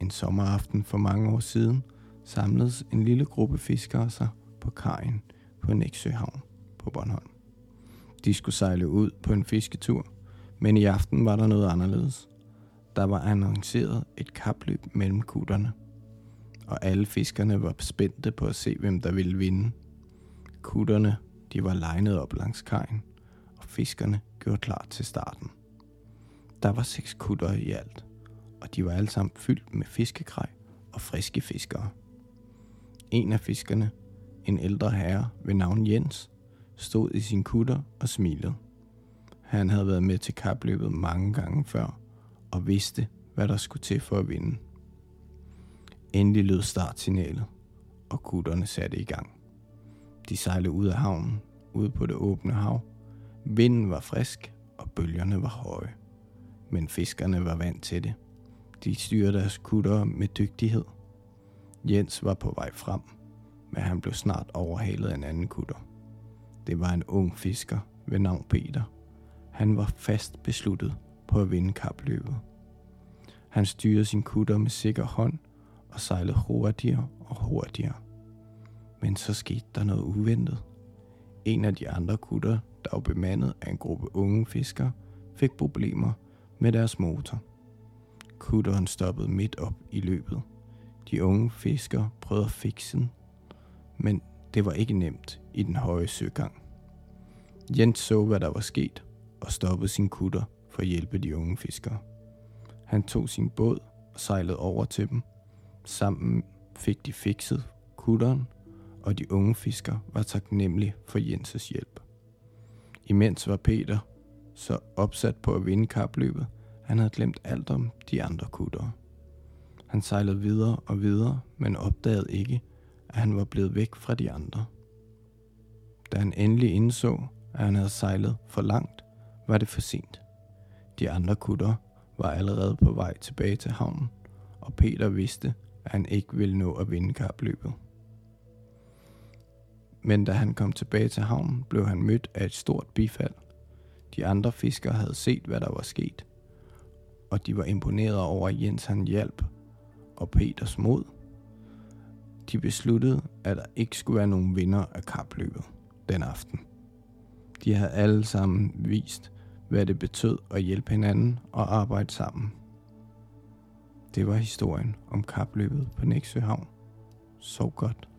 En sommeraften for mange år siden samledes en lille gruppe fiskere sig på kajen på Nexø Havn på Bornholm. De skulle sejle ud på en fisketur, men i aften var der noget anderledes. Der var annonceret et kapløb mellem kutterne, og alle fiskerne var spændte på at se, hvem der ville vinde. Kutterne, de var linet op langs kajen, og fiskerne gjorde klar til starten. Der var 6 kutter i alt, og de var alle sammen fyldt med fiskegrej og friske fiskere. En af fiskerne, en ældre herre ved navn Jens, stod i sin kutter og smilede. Han havde været med til kapløbet mange gange før, og vidste, hvad der skulle til for at vinde. Endelig lød startsignalet, og kutterne satte i gang. De sejlede ud af havnen, ude på det åbne hav. Vinden var frisk, og bølgerne var høje. Men fiskerne var vant til det. De styrede deres kutter med dygtighed. Jens var på vej frem, men han blev snart overhalet af en anden kutter. Det var en ung fisker ved navn Peter. Han var fast besluttet på at vinde kapløbet. Han styrede sin kutter med sikker hånd og sejlede hurtigere og hurtigere. Men så skete der noget uventet. En af de andre kutter, der var bemandet af en gruppe unge fiskere, fik problemer med deres motor. Kutteren stoppede midt op i løbet. De unge fiskere prøvede at fikse den, men det var ikke nemt i den høje søgang. Jens så, hvad der var sket, og stoppede sin kutter for at hjælpe de unge fiskere. Han tog sin båd og sejlede over til dem. Sammen fik de fikset kutteren, og de unge fiskere var taknemmelige for Jenses hjælp. Imens var Peter så opsat på at vinde kapløbet, han havde glemt alt om de andre kuttere. Han sejlede videre og videre, men opdagede ikke, at han var blevet væk fra de andre. Da han endelig indså, at han havde sejlet for langt, var det for sent. De andre kutter var allerede på vej tilbage til havnen, og Peter vidste, at han ikke ville nå at vinde kapløbet. Men da han kom tilbage til havnen, blev han mødt af et stort bifald. De andre fiskere havde set, hvad der var sket, og de var imponeret over, at Jens han hjalp og Peters mod. De besluttede, at der ikke skulle være nogen vinder af kapløbet den aften. De havde alle sammen vist, hvad det betød at hjælpe hinanden og arbejde sammen. Det var historien om kapløbet på Nexø Havn. Sov godt.